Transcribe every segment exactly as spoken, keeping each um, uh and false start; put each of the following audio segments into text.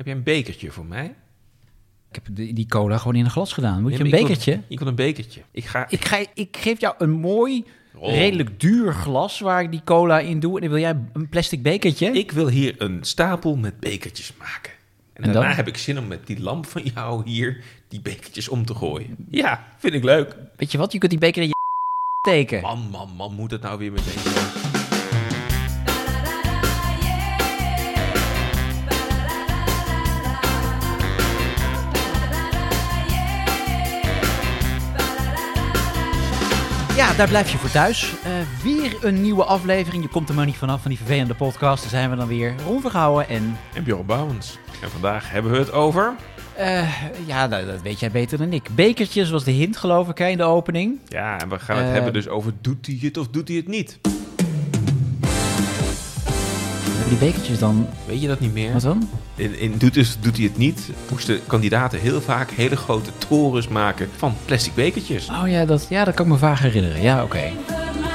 Heb jij een bekertje voor mij? Ik heb die, die cola gewoon in een glas gedaan. Moet Nee, je een ik bekertje? Wil, ik wil een bekertje. Ik, ga, Ik, ga, ik geef jou een mooi, Oh. redelijk duur glas waar ik die cola in doe. En dan wil jij een plastic bekertje? Ik wil hier een stapel met bekertjes maken. En, En daarna dan? heb ik zin om met die lamp van jou hier die bekertjes om te gooien. Ja, vind ik leuk. Weet je wat? Je kunt die beker in je steken. Man, man, man, moet het nou weer meteen doen? Ja, daar blijf je voor thuis. Uh, weer een nieuwe aflevering. Je komt er maar niet vanaf van die vervelende podcast. Daar zijn we dan weer. Ron Vergouwen en... En Bjorn Bouwens. En vandaag hebben we het over... Uh, ja, nou, dat weet jij beter dan ik. Bekertjes was de hint, geloof ik, hè, in de opening. Ja, en we gaan het Uh, hebben dus over doet hij het of doet hij het niet? Hebben die bekertjes dan... Weet je dat niet meer? Wat dan? In, in doet, dus, doet hij het niet, moesten kandidaten heel vaak hele grote torens maken van plastic bekertjes. Oh ja, dat, ja, dat kan ik me vaag herinneren. Ja, oké. Okay.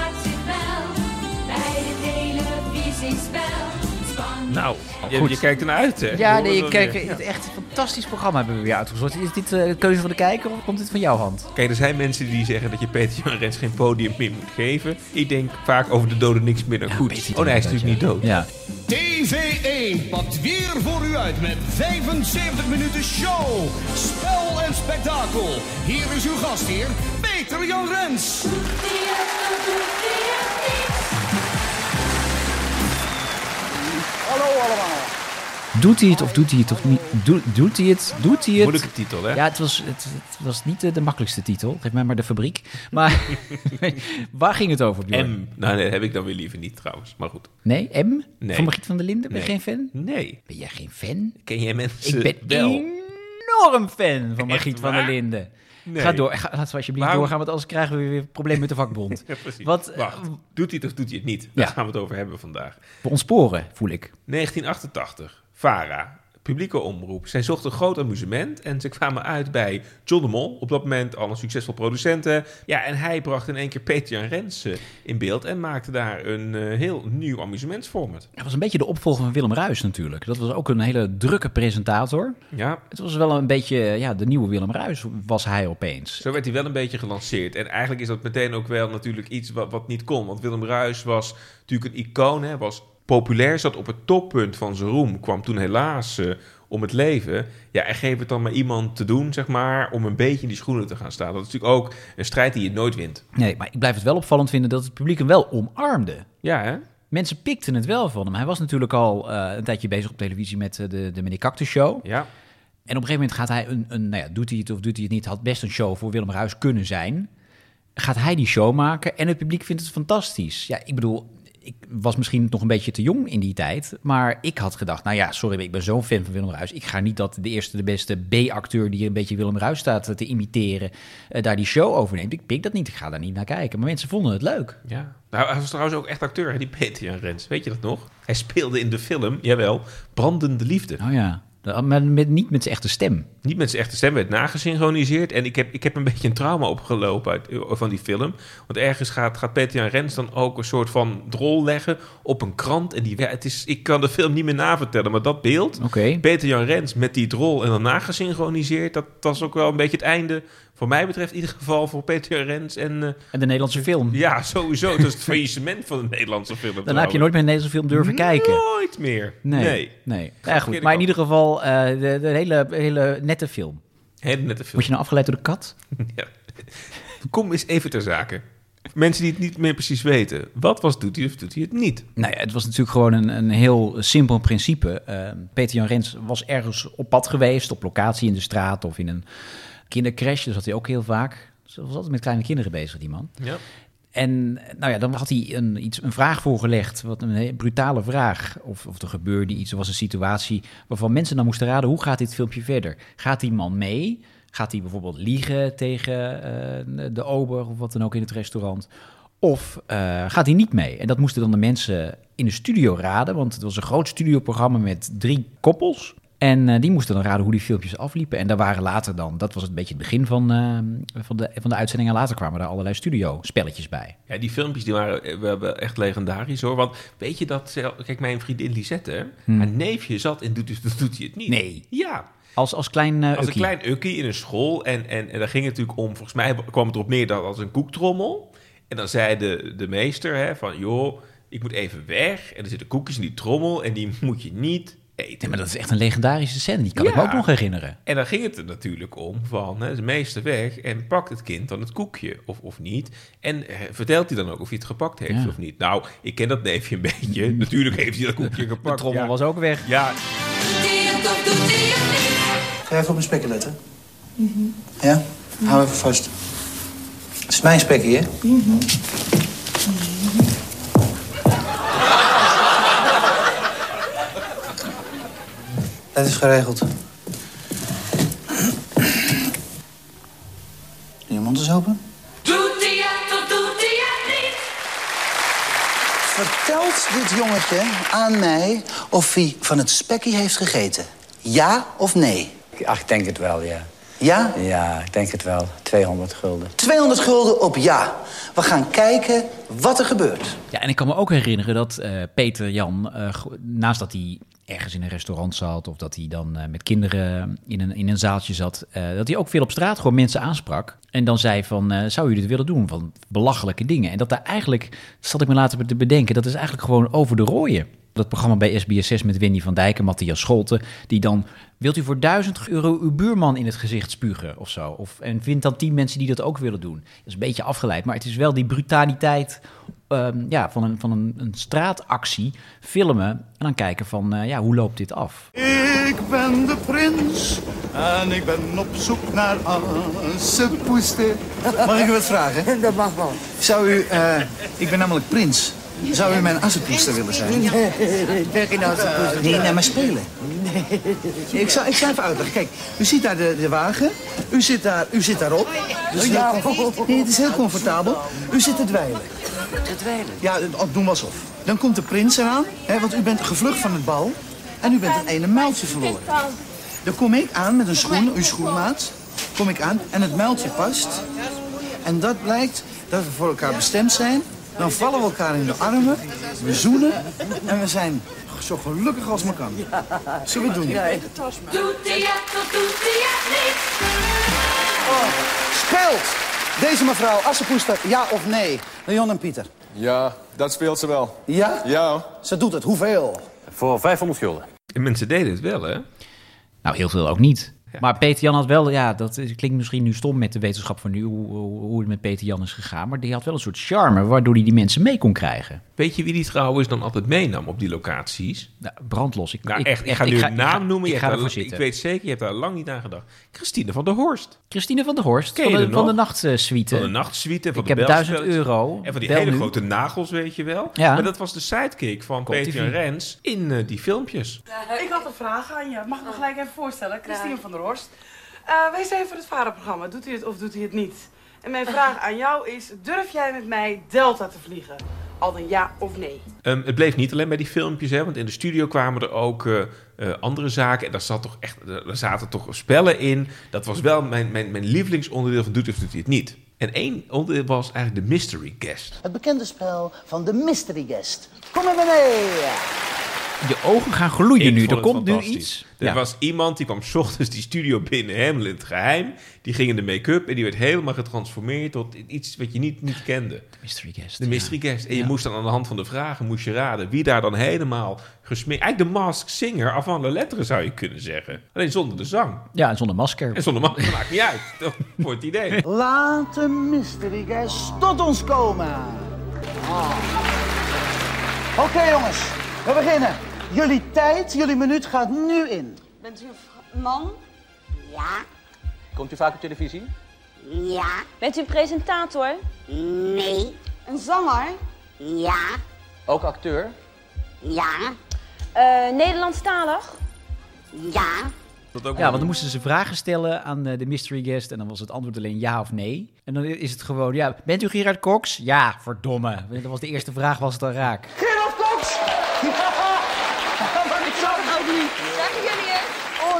Nou, je, goed. je kijkt ernaar uit, hè? Ja, Je nee, hoort ik het kijk, weer. het echt een fantastisch programma hebben we weer uitgezocht. Is dit uh, de keuze van de kijker of komt dit van jouw hand? Kijk, er zijn mensen die zeggen dat je Peter Jan Rens geen podium meer moet geven. Ik denk vaak over de doden niks meer dan Ja, goed. Peter Oh nee, hij is Jan natuurlijk Rens, niet ja. dood. Ja. T V één pakt weer voor u uit met vijfenzeventig minuten show, spel en spektakel. Hier is uw gastheer, Peter Jan Rens. Hallo allemaal. Doet hij het of doet hij het of niet? Doe, doet hij het? Doet hij het? Moeilijke titel, hè? Ja, het was, het, het was niet de, de makkelijkste titel. Geef mij maar de fabriek. Maar waar ging het over, Bjorn? M. Nou, nee, dat heb ik dan weer liever niet trouwens. Maar goed. Nee, M? Nee. Van Margriet van der Linden? Ben je Nee. geen fan? Nee. Ben jij geen fan? Ken jij mensen Ik ben wel? enorm fan van Margriet Echt van der waar? Linden. Nee. Ga door. Ga, laten we alsjeblieft Waarom? doorgaan, want anders krijgen we weer een probleem met de vakbond. Ja, precies. Wat, Wacht, eh, doet hij het of doet hij het niet? Daar Ja. gaan we het over hebben vandaag. We ontsporen, voel ik. negentien achtentachtig, VARA, publieke omroep. Zij zochten groot amusement en ze kwamen uit bij John de Mol. Op dat moment al een succesvol producent. hè. Ja, en hij bracht in één keer Peter Jan Rens eh, in beeld en maakte daar een eh, heel nieuw amusementsformat. Het was een beetje de opvolger van Willem Ruijs natuurlijk. Dat was ook een hele drukke presentator. Ja, Het was wel een beetje, ja, de nieuwe Willem Ruijs was hij opeens. zo werd hij wel een beetje gelanceerd. En eigenlijk is dat meteen ook wel natuurlijk iets wat, wat niet kon. Want Willem Ruijs was natuurlijk een icoon, hè, was populair, zat op het toppunt van zijn roem, kwam toen helaas uh, om het leven. Ja, en geef het dan maar iemand te doen, zeg maar, om een beetje in die schoenen te gaan staan. Dat is natuurlijk ook een strijd die je nooit wint. Nee, maar ik blijf het wel opvallend vinden dat het publiek hem wel omarmde. Ja, hè? Mensen pikten het wel van hem. Hij was natuurlijk al uh, een tijdje bezig op televisie met uh, de, de Meneer Cactus Show. Ja. En op een gegeven moment gaat hij een, een nou ja, doet hij het of doet hij het niet, had best een show voor Willem Ruijs kunnen zijn. Gaat hij die show maken en het publiek vindt het fantastisch. Ja, ik bedoel, ik was misschien nog een beetje te jong in die tijd, maar ik had gedacht, nou ja, sorry, ik ben zo'n fan van Willem Ruijs. Ik ga niet dat de eerste, de beste B-acteur die een beetje Willem Ruijs staat te imiteren, uh, daar die show overneemt. Ik pik dat niet, ik ga daar niet naar kijken. Maar mensen vonden het leuk. Ja. Nou, hij was trouwens ook echt acteur, hè, die Peter Jan Rens. Weet je dat nog? Hij speelde in de film, jawel, Brandende Liefde. Oh ja, maar met, niet met zijn echte stem. Niet met zijn echte stem, werd nagesynchroniseerd. En ik heb, ik heb een beetje een trauma opgelopen uit, van die film. Want ergens gaat, gaat Peter Jan Rens dan ook een soort van drol leggen op een krant. En die, ja, het is, ik kan de film niet meer navertellen, maar dat beeld... Oké. Okay. Peter Jan Rens met die drol en dan nagesynchroniseerd... dat was ook wel een beetje het einde... Voor mij betreft in ieder geval voor Peter Jan Rens en... Uh, en de Nederlandse film. Ja, sowieso. Dat is het faillissement van de Nederlandse film. Dan heb je nooit meer een Nederlandse film durven kijken. Nooit meer. Nee. Nee. nee. Ja, goed. Maar in ieder geval uh, de, de hele, hele nette film. Hele nette film. Word je nou afgeleid door de kat? Ja. Kom eens even ter zake. Mensen die het niet meer precies weten. Wat was doet hij of doet hij het niet? Nou ja, het was natuurlijk gewoon een, een heel simpel principe. Uh, Peter Jan Rens was ergens op pad geweest, op locatie in de straat of in een kindercrash. Dus zat hij ook heel vaak. Dus hij was altijd met kleine kinderen bezig, die man. Ja. En nou ja, dan had hij een, iets, een vraag voorgelegd, wat een hele brutale vraag. Of, of er gebeurde iets, er was een situatie waarvan mensen dan moesten raden, hoe gaat dit filmpje verder? Gaat die man mee? Gaat hij bijvoorbeeld liegen tegen uh, de ober of wat dan ook in het restaurant? Of uh, gaat hij niet mee? En dat moesten dan de mensen in de studio raden, want het was een groot studioprogramma met drie koppels. En uh, die moesten dan raden hoe die filmpjes afliepen. En daar waren later dan, dat was het beetje het begin van, uh, van, de, van de uitzending. En later kwamen er allerlei studio-spelletjes bij. Ja, die filmpjes die waren we hebben echt legendarisch hoor. Want weet je dat, kijk, mijn vriendin Lisette, hmm. haar neefje zat en doet, doet, doet hij het niet. Nee. Ja. Als, als klein uh, Als een klein ukkie in een school. En, en, en daar ging het natuurlijk om, volgens mij kwam het erop neer dat als een koektrommel. En dan zei de, de meester hè, van, joh, ik moet even weg. En er zitten koekjes in die trommel en die moet je niet eten. Nee, maar dat is echt een legendarische scène, die kan ja. ik me ook nog herinneren. En dan ging het er natuurlijk om van, hè, de meester weg en pakt het kind dan het koekje of, of niet. En eh, vertelt hij dan ook of hij het gepakt heeft ja. of niet. Nou, ik ken dat neefje een beetje. Natuurlijk heeft hij dat koekje gepakt. De trommel ja. was ook weg. Ja. Ga je even op mijn spekje letten? Mm-hmm. Ja? Mm-hmm. Hou even vast. Het is mijn spekje, hè? Mm-hmm. Mm-hmm. Dat is geregeld. Je mond is open. Doet hij het of doet hij het niet? Vertelt dit jongetje aan mij of hij van het spekje heeft gegeten? Ja of nee? Ach, ik denk het wel, ja. Ja? Ja, ik denk het wel. tweehonderd gulden. tweehonderd gulden op ja. We gaan kijken wat er gebeurt. Ja, en ik kan me ook herinneren dat uh, Peter Jan, uh, naast dat hij ergens in een restaurant zat of dat hij dan uh, met kinderen in een, in een zaaltje zat, uh, dat hij ook veel op straat gewoon mensen aansprak. En dan zei van, uh, zou u dit willen doen? Van belachelijke dingen. En dat daar eigenlijk, dat zat ik me later te bedenken, dat is eigenlijk gewoon over de rooien. Dat programma bij S B S zes met Wendy van Dijk en Matthias Scholten, die dan, wilt u voor duizend euro uw buurman in het gezicht spugen of zo? Of, en vindt dan tien mensen die dat ook willen doen. Dat is een beetje afgeleid, maar het is wel die brutaliteit um, ja, van, een, van een, een straatactie filmen en dan kijken van, uh, ja, hoe loopt dit af? Ik ben de prins en ik ben op zoek naar assepoester. Mag ik u wat vragen? Dat mag wel. Zou u, uh, ik ben namelijk prins. Zou u mijn assepoester willen zijn? Nee, ik ben geen assepoester. Nee, naar maar spelen. Nee. Ik zal, ik zal even uitleggen. Kijk, u ziet daar de, de wagen. U zit, daar, u zit daarop. Dus ja, nee, het is heel comfortabel. U zit te dweilen. Te dweilen? Ja, doen we alsof. Dan komt de prins eraan, hè, want u bent gevlucht van het bal. En u bent het ene muiltje verloren. Dan kom ik aan met een schoen, uw schoenmaat. Kom ik aan en het muiltje past. En dat blijkt dat we voor elkaar bestemd zijn. Dan vallen we elkaar in de armen, we zoenen en we zijn zo gelukkig als maar kan. Zullen we het doen? Doet hij het of doet hij het niet? Oh, speelt deze mevrouw assepoester ja of nee? Leon en Pieter. Ja, dat speelt ze wel. Ja? Ja. Ze doet het. Hoeveel? Voor vijfhonderd gulden. En mensen deden het wel, hè? Nou, heel veel ook niet. Ja. Maar Peter Jan had wel, ja, dat klinkt misschien nu stom met de wetenschap van nu, hoe, hoe het met Peter Jan is gegaan. Maar die had wel een soort charme waardoor hij die mensen mee kon krijgen. Weet je wie die trouwens dan altijd meenam op die locaties? Nou, brandlos. Ik, nou, ik, echt, ik ga nu ik een naam noemen. Ik, je ga hebt ervoor daar, zitten. Ik weet zeker, je hebt daar lang niet aan gedacht. Christine van der Horst. Christine van der Horst, Ken van je de, er van de nog? nachtsuite. Van de nachtsuite. Van ik de heb duizend euro. En van die Bel hele nu. grote nagels, weet je wel. Ja. Maar dat was de sidekick van Komt Peter en Rens in uh, die filmpjes. Ik had een vraag aan je. Mag ik me gelijk even voorstellen? Christine van der Horst. Uh, wees even voor het vaderprogramma. Doet hij het of doet hij het niet? En mijn vraag aan jou is, durf jij met mij Delta te vliegen? Al dan ja of nee? Um, het bleef niet alleen bij die filmpjes, hè, want in de studio kwamen er ook uh, uh, andere zaken. En daar, zat toch echt, er zaten toch spellen in. Dat was wel mijn, mijn, mijn lievelingsonderdeel van doet of doet hij het niet. En één onderdeel was eigenlijk de mystery guest. Het bekende spel van de mystery guest. Kom maar mee! Je ogen gaan gloeien Ik nu. vond Er het komt nu fantastisch. iets. Er Ja. was iemand die kwam 's ochtends die studio binnen, helemaal in het geheim. Die ging in de make-up en die werd helemaal getransformeerd tot iets wat je niet, niet kende. Mystery guest. De mystery guest. En je Ja. moest dan aan de hand van de vragen moest je raden wie daar dan helemaal gesmeerd... Eigenlijk de Masked Singer avant la lettre zou je kunnen zeggen. Alleen zonder de zang. Ja, en zonder masker. En zonder masker maakt niet uit. Dat voor het idee. Laat de mystery guest tot ons komen. Ah. Oké okay, jongens, we beginnen. Jullie tijd, jullie minuut gaat nu in. Bent u een vr- man? Ja. Komt u vaak op televisie? Ja. Bent u een presentator? Nee. Een zanger? Ja. Ook acteur? Ja. Uh, Nederlandstalig? Ja. Ja, want dan moesten ze vragen stellen aan de mystery guest en dan was het antwoord alleen ja of nee. En dan is het gewoon, ja, bent u Gerard Cox? Ja, verdomme. Dat was de eerste vraag, was het al raak. Gerard Cox! Ja! Ik zag het ook niet. Zeggen jullie het?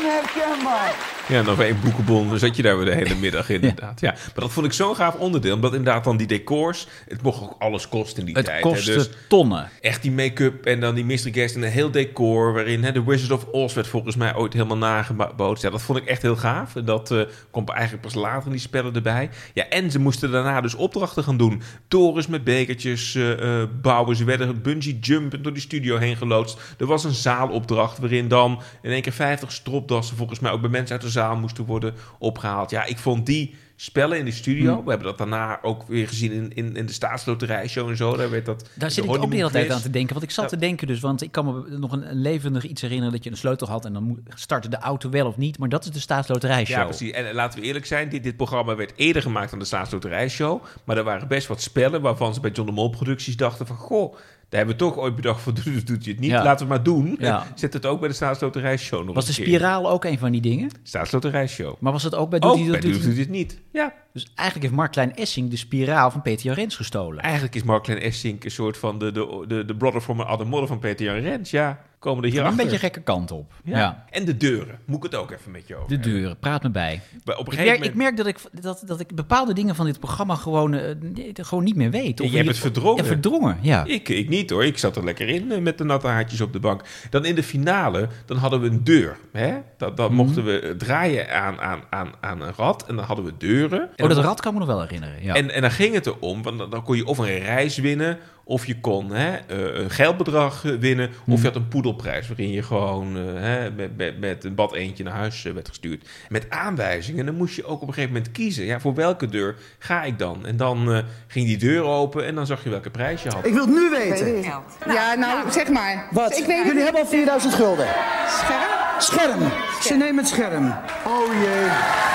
onherkenbaar. Ja, nog één boekenbon, dan zat je daar weer de hele middag inderdaad. Ja. Maar dat vond ik zo'n gaaf onderdeel, omdat inderdaad dan die decors, het mocht ook alles kosten in die Het tijd. kostte hè. Dus tonnen. echt die make-up en dan die mystery guest en een heel decor, waarin hè, de Wizard of Oz werd volgens mij ooit helemaal nagebootst. Ja, dat vond ik echt heel gaaf. En dat uh, komt eigenlijk pas later in die spellen erbij. Ja, en ze moesten daarna dus opdrachten gaan doen. Torens met bekertjes uh, uh, bouwen. Ze werden bungee jumpen door die studio heen geloodst. Er was een zaalopdracht waarin dan in één keer vijftig stropdassen volgens mij ook bij mensen uit de zaal moesten worden opgehaald. Ja, ik vond die spellen in de studio. Hmm. We hebben dat daarna ook weer gezien in, in, in de Staatsloterijshow en zo. Daar werd dat. Daar zit ik ook de hele tijd aan te denken. Want ik zat ja. te denken dus, want ik kan me nog een, een levendig iets herinneren dat je een sleutel had en dan startte de auto wel of niet. Maar dat is de Staatsloterijshow. Ja, precies. En laten we eerlijk zijn, dit, dit programma werd eerder gemaakt dan de Staatsloterijshow. Maar er waren best wat spellen waarvan ze bij John de Mol Producties dachten van, goh, daar hebben we toch ooit bedacht van, doet, doet je het niet, ja. laten we het maar doen. Ja. Zet het ook bij de Staatsloterijshow nog Was de een spiraal keer. ook een van die dingen? Staatsloterijshow. Maar was het ook bij Doet ook hij bij doet, doet, doet hij het niet? Ja. Dus eigenlijk heeft Mark Klein Essink de spiraal van Peter Jan Rens gestolen. Eigenlijk is Mark Klein Essink een soort van de, de, de, de brother from another mother van Peter Jan Rens. Ja, komen er hier een beetje gekke kant op. Ja. ja. En de deuren. Moet ik het ook even met je over De deuren, hebben. Praat me bij. Maar op een ik, gegeven merk, moment... ik merk dat ik, dat, dat ik bepaalde dingen van dit programma gewoon, uh, gewoon niet meer weet. Of je, je hebt het verdrongen. Ja, verdrongen, ja. Ik, ik niet hoor. Ik zat er lekker in uh, met de natte haartjes op de bank. Dan in de finale, dan hadden we een deur. Hè? Dat, dan mm-hmm. mochten we draaien aan, aan, aan, aan een rad. En dan hadden we deuren. En oh, dat dan, rad kan ik me nog wel herinneren. Ja. En, en dan ging het erom, want dan, dan kon je of een reis winnen, of je kon hè, uh, een geldbedrag winnen, mm. of je had een poedelprijs waarin je gewoon uh, hè, met, met, met een bad eentje naar huis uh, werd gestuurd. Met aanwijzingen. En dan moest je ook op een gegeven moment kiezen. Ja, voor welke deur ga ik dan? En dan uh, ging die deur open en dan zag je welke prijs je had. Ik wil het nu weten. Ja, nou, zeg maar. Wat? Ik weet Jullie hebben al vierduizend gulden. Scherm? Scherm. Ze nemen het scherm. Oh jee.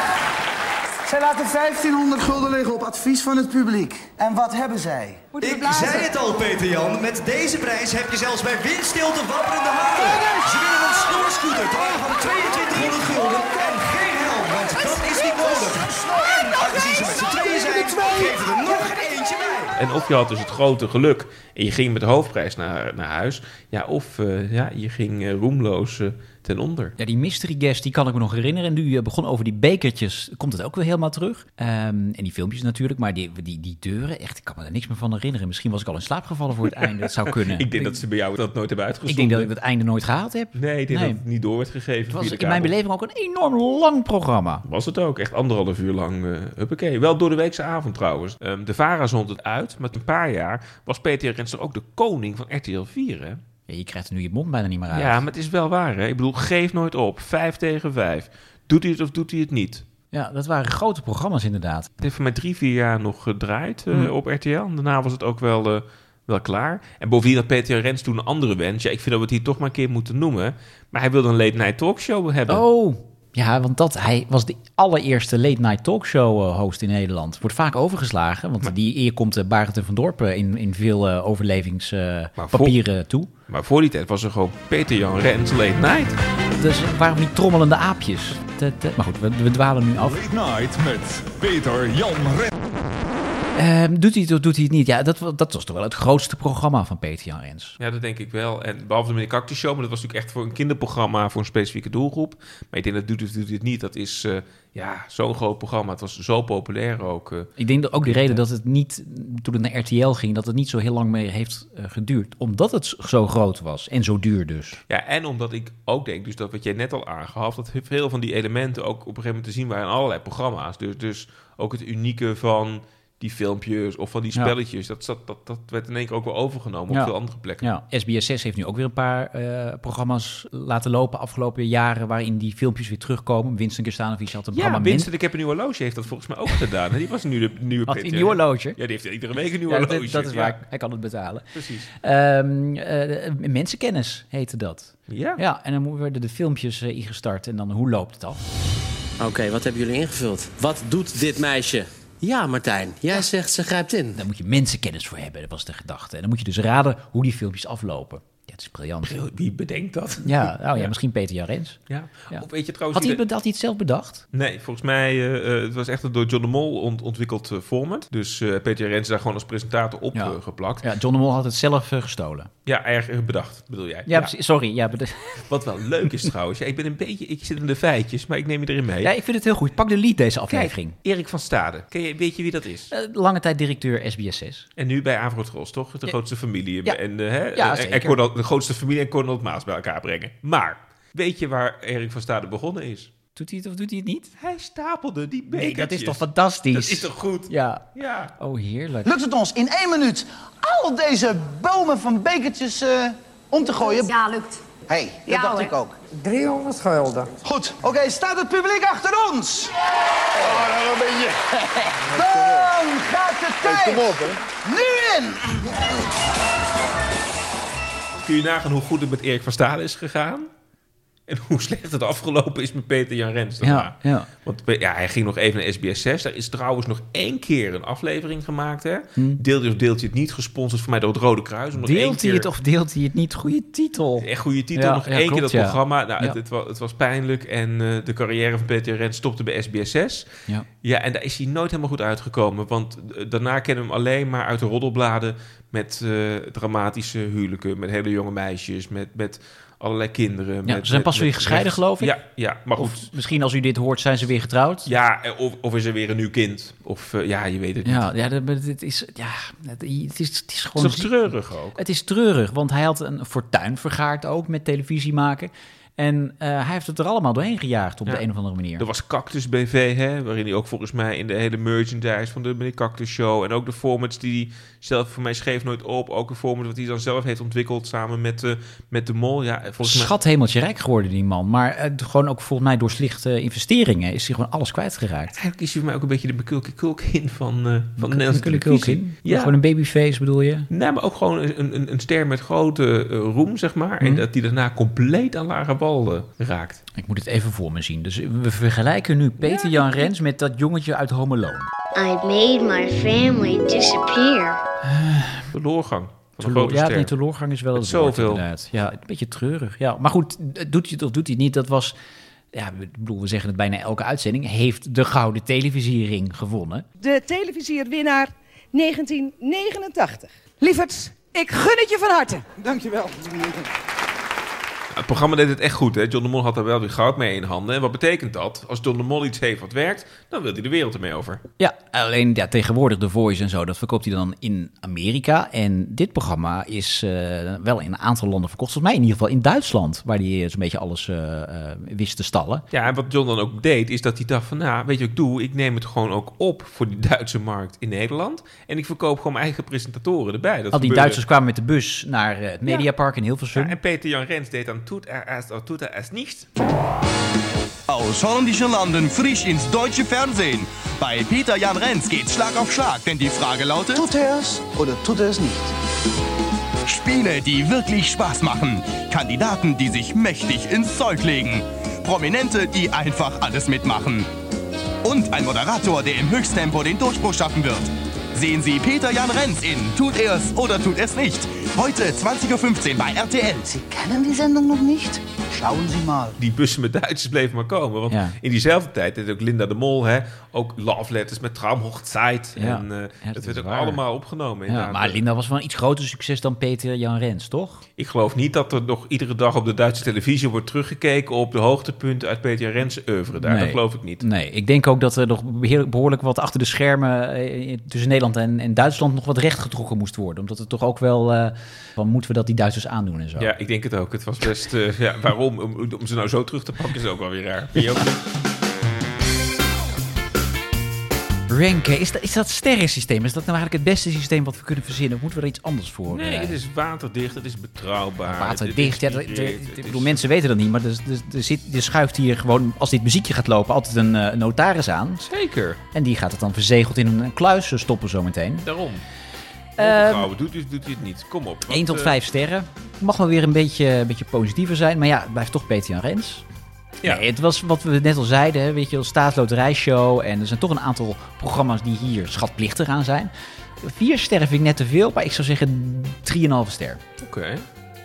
Zij laten vijftienhonderd gulden liggen op advies van het publiek. En wat hebben zij? Ik zei het al, Peter Jan. Met deze prijs heb je zelfs bij windstilte wapperende handen. Ze willen een snorscooter ter waarde van tweeëntwintighonderd gulden en geen helm, want dat is niet nodig. En aangezien ze met z'n tweeën zijn, geven we er nog eentje bij. En of je had dus het grote geluk en je ging met de hoofdprijs naar, naar huis. Ja, of uh, ja, je ging uh, roemloos uh, ten onder. Ja, die mystery guest, die kan ik me nog herinneren. En nu je begon over die bekertjes, komt het ook weer helemaal terug. Um, en die filmpjes natuurlijk, maar die, die, die deuren, echt, ik kan me daar niks meer van herinneren. Misschien was ik al in slaap gevallen voor het einde, dat zou kunnen. Ik denk dat ze bij jou dat nooit hebben uitgezonden. Ik denk dat ik het einde nooit gehaald heb. Nee, ik denk nee. dat het niet door werd gegeven. Het was in mijn beleving ook een enorm lang programma. Was het ook, echt anderhalf uur lang. Uh, huppakee. Wel door de weekse avond trouwens. Um, de VARA zond het uit, maar een paar jaar was Peter Rens ook de koning van R T L vier, hè? Ja, je krijgt er nu je mond bijna niet meer uit. Ja, maar het is wel waar, hè? Ik bedoel, geef nooit op. Vijf tegen vijf. Doet hij het of doet hij het niet? Ja, dat waren grote programma's inderdaad. Het heeft voor mij drie, vier jaar nog gedraaid uh, hmm. op R T L. En daarna was het ook wel, uh, wel klaar. En bovendien had Peter Rens toen een andere wens. Ja, ik vind dat we het hier toch maar een keer moeten noemen. Maar hij wilde een late night talkshow hebben. Oh, ja, want dat, hij was de allereerste late night talkshow uh, host in Nederland. Wordt vaak overgeslagen, want maar, die eer komt uh, Barend en van Dorpen in, in veel uh, overlevingspapieren uh, toe. Maar voor die tijd was er gewoon Peter Jan Rens late night. Dus waarom niet trommelende aapjes? Te, te, maar goed, we, we dwalen nu af. Late night met Peter Jan Rens. Uh, doet hij het of doet hij het niet? Ja, dat, dat was toch wel het grootste programma van Peter Jan Rens. Ja, dat denk ik wel. En behalve de Meneer Cactus Show, maar dat was natuurlijk echt voor een kinderprogramma, voor een specifieke doelgroep. Maar ik denk dat doet het, doet het niet. Dat is uh, ja, zo'n groot programma. Het was zo populair ook. Uh, ik denk dat ook de reden dat het niet, toen het naar R T L ging, dat het niet zo heel lang meer heeft uh, geduurd. Omdat het zo groot was en zo duur dus. Ja, en omdat ik ook denk, dus dat wat jij net al aangaf, dat veel van die elementen ook op een gegeven moment te zien waren in allerlei programma's. Dus, dus ook het unieke van die filmpjes of van die spelletjes, ja. dat, dat, dat, dat werd in één keer ook wel overgenomen ja. op veel andere plekken. Ja. S B S zes heeft nu ook weer een paar uh, programma's laten lopen afgelopen jaren waarin die filmpjes weer terugkomen. Winston Kerstanovic had een ja, programma. Ja, Winston, ik heb een nieuw horloge, heeft dat volgens mij ook gedaan. Die was nu de nieuwe Had hij een nieuw horloge? Ja, die heeft iedere week een nieuw ja, horloge. Dat, dat is waar, ja. hij kan het betalen. Precies. Um, uh, mensenkennis heette dat. Ja. Ja, en dan werden de filmpjes uh, ingestart en dan hoe loopt het al? Oké, okay, wat hebben jullie ingevuld? Wat doet dit meisje? Ja, Martijn, jij ja. zegt ze grijpt in. Daar moet je mensenkennis voor hebben, dat was de gedachte. En dan moet je dus raden hoe die filmpjes aflopen. Ja, het is briljant. Wie bedenkt dat? Ja, oh, ja, ja. misschien Peter Jan Rens. Ja. Ja. Of weet je trouwens... Had hij, het, had hij het zelf bedacht? Nee, volgens mij uh, het was echt een door John de Mol ont- ontwikkeld uh, format. Dus uh, Peter Jan Rens is daar gewoon als presentator op ja. uh, geplakt. Ja, John de Mol had het zelf uh, gestolen. Ja, erg uh, bedacht, bedoel jij? Ja, ja. sorry. Ja, beda- Wat wel leuk is trouwens. Ja, ik ben een beetje... Ik zit in de feitjes, maar ik neem je erin mee. Ja, ik vind het heel goed. Pak de lead deze aflevering. Kijk, Erik van Stade. Ken je, weet je wie dat is? Uh, lange tijd directeur S B S zes. En nu bij Avrotros, toch? De ja. grootste familie. Ja. En, uh, hè, ja, en, en Cornel, de grootste familie en Cornel Maas bij elkaar brengen. Maar, weet je waar Erik van Stade begonnen is? Doet hij het of doet hij het niet? Hij stapelde die bekertjes. Nee, dat is toch fantastisch? Dat is toch goed? Ja. ja. Oh, heerlijk. Lukt het ons in één minuut al deze bomen van bekertjes uh, om te gooien? Ja, lukt. Hé, hey, dat ja, dacht hoor. ik ook. driehonderd gulden. Goed. Oké, okay, staat het publiek achter ons? Oh, nou, dan ben je... Dan gaat de tijd hey, kom op, hè. nu in! Kun je nagaan hoe goed het met Erik van Stade is gegaan? En hoe slecht het afgelopen is met Peter Jan Rens. Ja, ja. Want ja, hij ging nog even naar S B S zes. Daar is trouwens nog één keer een aflevering gemaakt. Hè? Hm. Deelt of deelt hij het niet, gesponsord voor mij door het Rode Kruis. Om nog deelt één hij keer... het of deelt hij het niet? Goeie titel. Echt goede titel. Ja, nog ja, één klopt, keer dat ja. programma. Nou, ja. het, het, was, het was pijnlijk. En uh, de carrière van Peter Jan Rens stopte bij S B S zes. Ja. ja, en daar is hij nooit helemaal goed uitgekomen. Want uh, daarna kennen we hem alleen maar uit de roddelbladen. Met uh, dramatische huwelijken. Met hele jonge meisjes. Met... met allerlei kinderen. Ja, met, ze zijn pas met, weer met gescheiden, rechts. geloof ik. Ja, ja maar goed. Of misschien als u dit hoort, zijn ze weer getrouwd. Ja, of, of is er weer een nieuw kind. Of uh, ja, je weet het ja, niet. Ja, het is, ja, het is, het is gewoon... Het is toch treurig ook? Het is treurig, want hij had een fortuin vergaard ook met televisie maken. En uh, hij heeft het er allemaal doorheen gejaagd op ja. de een of andere manier. Er was Cactus B V, hè, waarin hij ook volgens mij in de hele merchandise van de Meneer Cactus Show... en ook de formats die hij zelf voor mij schreef nooit op... ook een format wat hij dan zelf heeft ontwikkeld samen met, uh, met de Mol. Ja, volgens mij... Schat hemeltje rijk geworden, die man. Maar uh, gewoon ook volgens mij door slechte investeringen is hij gewoon alles kwijtgeraakt. Eigenlijk is hij voor mij ook een beetje de Macaulay Culkin van, uh, van de Nederlandse televisie. Ja. Gewoon een babyface bedoel je? Nee, maar ook gewoon een, een, een ster met grote uh, roem, zeg maar. Mm. En dat die daarna compleet aan lage bal uh, raakt. Ik moet het even voor me zien. Dus we vergelijken nu Peter ja. Jan Rens met dat jongetje uit Home Alone. I made my family disappear. De doorgang. Teloor, ja, die teleurgang is wel het zoveel. Inderdaad. Ja, een beetje treurig. Ja. Maar goed, doet hij het of doet hij het niet? Dat was, ja, ik bedoel, we zeggen het bijna elke uitzending, heeft de Gouden Televisiering gewonnen. De televisierwinnaar negentien negenentachtig. Lieverds, ik gun het je van harte. Dankjewel. Het programma deed het echt goed, hè? John de Mol had daar wel weer goud mee in handen. En wat betekent dat? Als John de Mol iets heeft wat werkt, dan wil hij de wereld ermee over. Ja, alleen ja, tegenwoordig The Voice en zo, dat verkoopt hij dan in Amerika. En dit programma is uh, wel in een aantal landen verkocht. Volgens mij in ieder geval in Duitsland, waar hij zo'n beetje alles uh, uh, wist te stallen. Ja, en wat John dan ook deed, is dat hij dacht van, nou, weet je wat ik doe? Ik neem het gewoon ook op voor die Duitse markt in Nederland. En ik verkoop gewoon mijn eigen presentatoren erbij. Dat Al die gebeurde... Duitsers kwamen met de bus naar uh, het Mediapark ja. in Hilversum. Ja, en Peter Jan Rens deed dan tut er erst oder tut er erst nicht. Aus holländischen Landen frisch ins deutsche Fernsehen. Bei Peter Jan Rens geht's Schlag auf Schlag, denn die Frage lautet... Tut er es oder tut er es nicht? Spiele, die wirklich Spaß machen. Kandidaten, die sich mächtig ins Zeug legen. Prominente, die einfach alles mitmachen. Und ein Moderator, der im Höchsttempo den Durchbruch schaffen wird. Sehen Sie Peter Jan Rens in Tut er's oder tut er's nicht. Heute zwanzig uur vijftien bij R T L. Sie kennen die Sendung nog niet? Schauen Sie mal. Die bussen met Duitsers bleven maar komen. Want ja. in diezelfde tijd deed ook Linda de Mol, hè, ook Love Letters met Traumhochzeit. Ja. En uh, ja, dat, dat werd ook waar. allemaal opgenomen. Ja, maar Linda was wel een iets groter succes dan Peter Jan Rens, toch? Ik geloof niet dat er nog iedere dag op de Duitse televisie wordt teruggekeken op de hoogtepunten uit Peter Jan Rens' oeuvre daar. Nee. Dat geloof ik niet. Nee, ik denk ook dat er nog behoorlijk wat achter de schermen eh, tussen Nederland en, en Duitsland nog wat rechtgetrokken moest worden. Omdat het toch ook wel, uh, van moeten we dat die Duitsers aandoen en zo. Ja, ik denk het ook. Het was best, uh, ja, waarom? Om, om ze nou zo terug te pakken is ook wel weer raar. Vind je ook niet? Ranken, is dat, is dat sterrensysteem? Is dat nou eigenlijk het beste systeem wat we kunnen verzinnen? Of moeten we er iets anders voor? Nee, het is waterdicht, het is betrouwbaar. Waterdicht, ja. De, de, de, ik bedoel, mensen weten dat niet, maar er, er, er, zit, er schuift hier gewoon, als dit muziekje gaat lopen, altijd een, een notaris aan. Zeker. En die gaat het dan verzegeld in een kluis stoppen zometeen. Daarom. Uh, doet, doet, doet hij het niet. Kom op. één tot vijf sterren. Mag wel weer een beetje, een beetje positiever zijn. Maar ja, het blijft toch Peter Jan Rens. Ja. Nee, het was wat we net al zeiden, hè, weet je wel, staatsloterijshow. En er zijn toch een aantal programma's die hier schatplichtig aan zijn. Vier sterren vind ik net te veel, maar ik zou zeggen drieënhalve ster. Oké. Okay.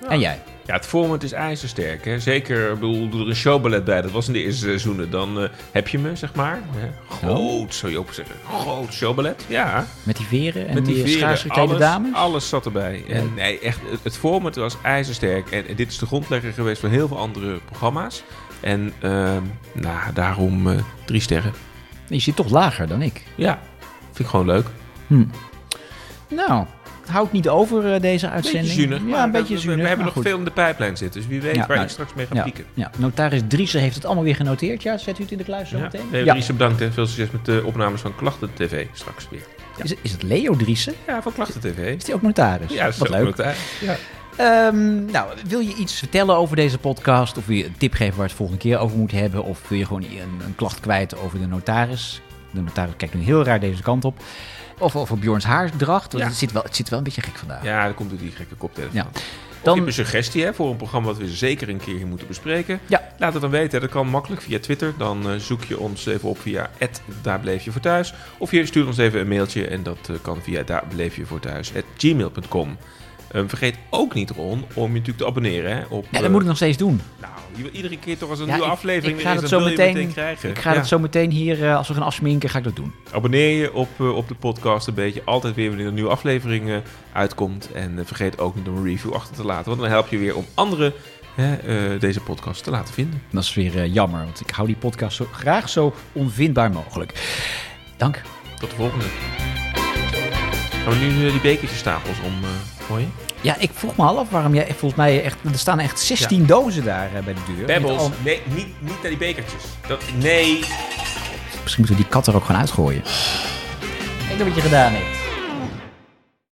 En jij? Ja, het format is ijzersterk. Hè? Zeker, ik bedoel, doe er een showballet bij. Dat was in de eerste seizoenen. Dan uh, heb je me, zeg maar. Hè? Groot, zou je ook zeggen. Groot showballet, ja. Met die veren en Met die, die veren, schaars geklede alles, dames? Alles zat erbij. En Ja. nee, echt, het, het format was ijzersterk. En, en dit is de grondlegger geweest voor heel veel andere programma's. En uh, nou, daarom uh, drie sterren. Je zit toch lager dan ik. Ja, vind ik gewoon leuk. Hm. Nou, hou ik niet over uh, deze uitzending. Beetje zuinig. Ja, een beetje we, zuinig. we hebben nog goed. veel in de pijplijn zitten. Dus wie weet Ja, waar nou, ik straks mee ga ja, pieken. Ja. Notaris Driessen heeft het allemaal weer genoteerd. Ja, zet u het in de kluis zo Ja, meteen. Leo Ja. Driessen, bedankt en veel succes met de opnames van Klachten T V straks weer. Ja. Is, het, is het Leo Driessen? Ja, van Klachten T V. Is die ook notaris? Ja, dat is Wat ook leuk. notaris. Ja. Um, nou, wil je iets vertellen over deze podcast? Of wil je een tip geven waar we het volgende keer over moeten hebben? Of wil je gewoon een, een klacht kwijt over de notaris? De notaris kijkt nu heel raar deze kant op. Of over Bjorns haardracht. Ja. Het, zit wel, het zit wel een beetje gek vandaag. Ja, dat komt door die gekke koptelefoon. Ja. Dan... Dan- Of je hebt een suggestie hè, voor een programma wat we zeker een keer hier moeten bespreken. Ja. Laat het dan weten. Dat kan makkelijk via Twitter. Dan uh, zoek je ons even op via at daar bleef je voor thuis. Of je stuurt ons even een mailtje. En dat uh, kan via daar bleef je voor thuis at gmail punt com. Um, vergeet ook niet, Ron, om je natuurlijk te abonneren. Hè, op, Ja, dat moet ik nog steeds doen. Nou, je wil iedere keer toch als een Ja, nieuwe ik- aflevering ik ga er is, dat dan zo wil je meteen- meteen krijgen. Ik ga Ja. dat zo meteen hier, uh, als we gaan afsminken, ga ik dat doen. Abonneer je op, uh, op de podcast een beetje. Altijd weer wanneer er een nieuwe aflevering uh, uitkomt. En uh, vergeet ook niet om een review achter te laten. Want dan help je weer om anderen hè, uh, deze podcast te laten vinden. Dat is weer uh, jammer, want ik hou die podcast zo graag zo onvindbaar mogelijk. Dank. Tot de volgende. Gaan we nu uh, die bekertjesstapels om uh, gooien? Ja, ik vroeg me al af waarom jij, volgens mij, echt, er staan echt zestien Ja. dozen daar uh, bij de deur. Met Pebbles. al- Nee, niet, niet naar die bekertjes. Dat, nee. Misschien moeten we die kat er ook gewoon uitgooien. Kijk dan wat je gedaan hebt.